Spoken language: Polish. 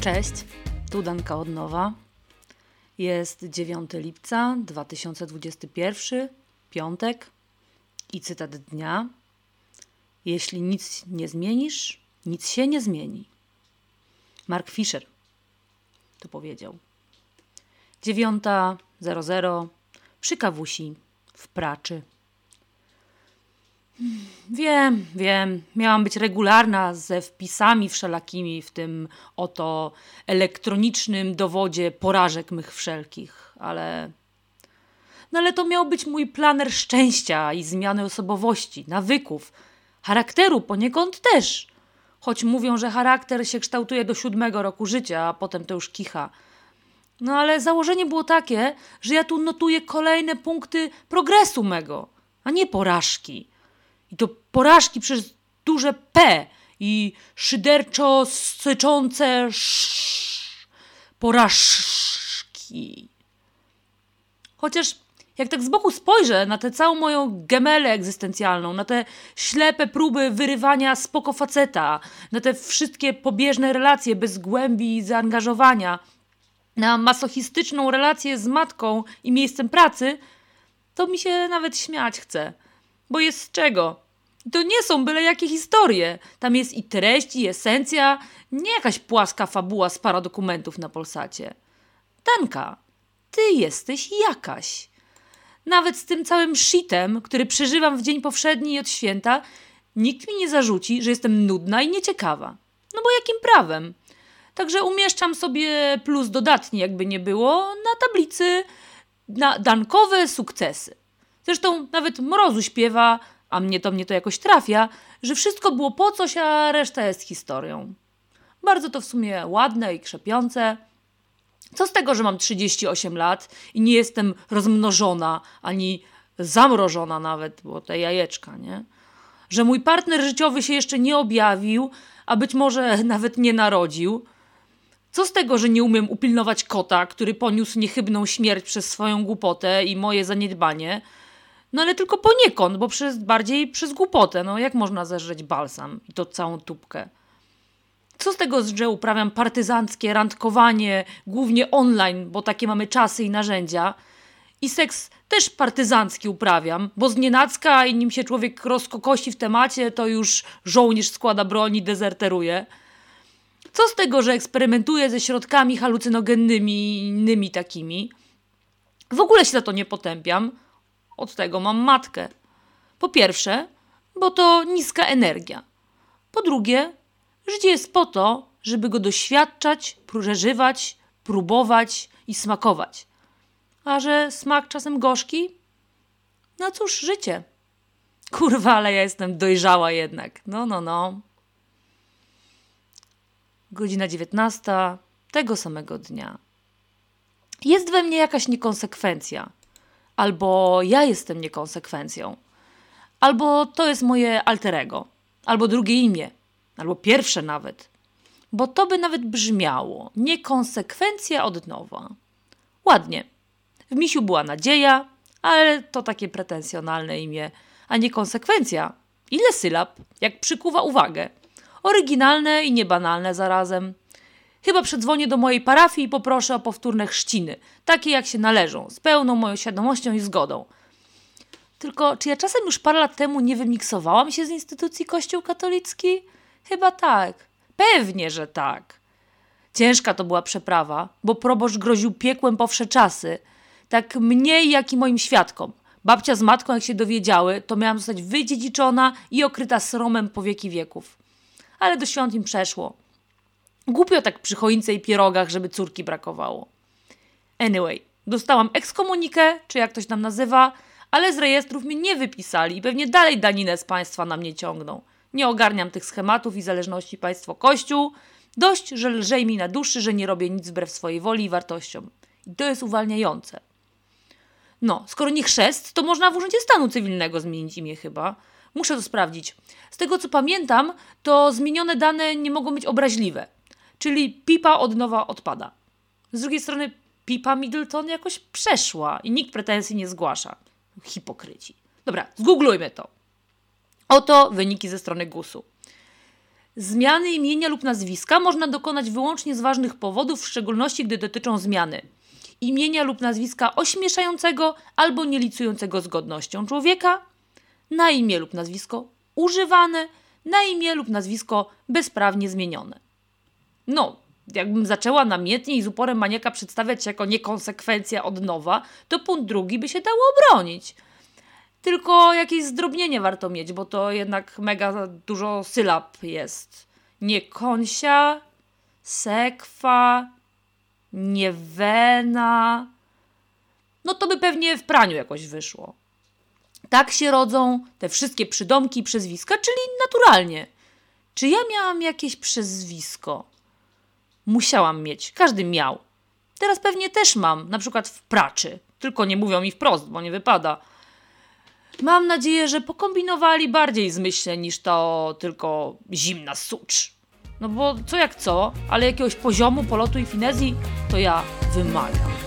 Cześć, tu Danka od nowa. Jest 9 lipca 2021, piątek i cytat dnia. Jeśli nic nie zmienisz, nic się nie zmieni. Mark Fisher to powiedział. 9:00 przy kawusi w praczy. Wiem, miałam być regularna ze wpisami wszelakimi w tym oto elektronicznym dowodzie porażek mych wszelkich, ale to miał być mój planer szczęścia i zmiany osobowości, nawyków, charakteru poniekąd też. Choć mówią, że charakter się kształtuje do 7 roku życia, a potem to już kicha. Ale założenie było takie, że ja tu notuję kolejne punkty progresu mego, a nie porażki. I to porażki przez duże P i szyderczo syczące porażki. Chociaż jak tak z boku spojrzę na tę całą moją gemelę egzystencjalną, na te ślepe próby wyrywania spoko faceta, na te wszystkie pobieżne relacje bez głębi i zaangażowania, na masochistyczną relację z matką i miejscem pracy, to mi się nawet śmiać chce. Bo jest z czego. To nie są byle jakie historie. Tam jest i treść, i esencja, nie jakaś płaska fabuła z paradokumentów na Polsacie. Danka, ty jesteś jakaś. Nawet z tym całym shitem, który przeżywam w dzień powszedni i od święta, nikt mi nie zarzuci, że jestem nudna i nieciekawa. Bo jakim prawem? Także umieszczam sobie plus dodatni, jakby nie było, na tablicy na dankowe sukcesy. Zresztą nawet Mrozu śpiewa, a mnie to jakoś trafia, że wszystko było po coś, a reszta jest historią. Bardzo to w sumie ładne i krzepiące. Co z tego, że mam 38 lat i nie jestem rozmnożona, ani zamrożona nawet, bo te jajeczka, nie? Że mój partner życiowy się jeszcze nie objawił, a być może nawet nie narodził. Co z tego, że nie umiem upilnować kota, który poniósł niechybną śmierć przez swoją głupotę i moje zaniedbanie? Ale tylko poniekąd, bo bardziej przez głupotę. Jak można zeżreć balsam i to całą tubkę? Co z tego, że uprawiam partyzanckie randkowanie, głównie online, bo takie mamy czasy i narzędzia. I seks też partyzancki uprawiam, bo znienacka i nim się człowiek rozkokości w temacie, to już żołnierz składa broń i dezerteruje. Co z tego, że eksperymentuję ze środkami halucynogennymi i innymi takimi? W ogóle się za to nie potępiam. Od tego mam matkę. Po pierwsze, bo to niska energia. Po drugie, życie jest po to, żeby go doświadczać, przeżywać, próbować i smakować. A że smak czasem gorzki? Cóż, życie. Kurwa, ale ja jestem dojrzała jednak. Godzina 19 tego samego dnia. Jest we mnie jakaś niekonsekwencja. Albo ja jestem niekonsekwencją. Albo to jest moje alter ego. Albo drugie imię. Albo pierwsze nawet. Bo to by nawet brzmiało. Niekonsekwencja od nowa. Ładnie. W misiu była nadzieja, ale to takie pretensjonalne imię. A niekonsekwencja? Ile sylab? Jak przykuwa uwagę. Oryginalne i niebanalne zarazem. Chyba przedzwonię do mojej parafii i poproszę o powtórne chrzciny. Takie jak się należą, z pełną moją świadomością i zgodą. Tylko czy ja czasem już parę lat temu nie wymiksowałam się z instytucji Kościół katolicki? Chyba tak. Pewnie, że tak. Ciężka to była przeprawa, bo proboszcz groził piekłem po wsze czasy. Tak mnie, jak i moim świadkom. Babcia z matką, jak się dowiedziały, to miałam zostać wydziedziczona i okryta sromem po wieki wieków. Ale do świąt im przeszło. Głupio tak przy choince i pierogach, żeby córki brakowało. Anyway, dostałam ekskomunikę, czy jak to się tam nazywa, ale z rejestrów mnie nie wypisali i pewnie dalej daninę z państwa na mnie ciągną. Nie ogarniam tych schematów i zależności państwo-kościół. Dość, że lżej mi na duszy, że nie robię nic wbrew swojej woli i wartościom. I to jest uwalniające. Skoro nie chrzest, to można w Urzędzie Stanu Cywilnego zmienić imię chyba. Muszę to sprawdzić. Z tego co pamiętam, to zmienione dane nie mogą być obraźliwe. Czyli pipa od nowa odpada. Z drugiej strony pipa Middleton jakoś przeszła i nikt pretensji nie zgłasza. Hipokryci. Dobra, zgooglujmy to. Oto wyniki ze strony GUS-u. Zmiany imienia lub nazwiska można dokonać wyłącznie z ważnych powodów, w szczególności gdy dotyczą zmiany imienia lub nazwiska ośmieszającego albo nielicującego z godnością człowieka, na imię lub nazwisko używane, na imię lub nazwisko bezprawnie zmienione. No, jakbym zaczęła namiętnie i z uporem maniaka przedstawiać się jako niekonsekwencja od nowa, to punkt drugi by się dało obronić. Tylko jakieś zdrobnienie warto mieć, bo to jednak mega dużo sylab jest. Niekonsia, sekwa, niewena. No to by pewnie w praniu jakoś wyszło. Tak się rodzą te wszystkie przydomki i przezwiska, czyli naturalnie. Czy ja miałam jakieś przezwisko? Musiałam mieć, każdy miał. Teraz pewnie też mam, na przykład w praczy. Tylko nie mówią mi wprost, bo nie wypada. Mam nadzieję, że pokombinowali bardziej zmyślnie niż to tylko zimna sucz. No bo co jak co, ale jakiegoś poziomu, polotu i finezji to ja wymagam.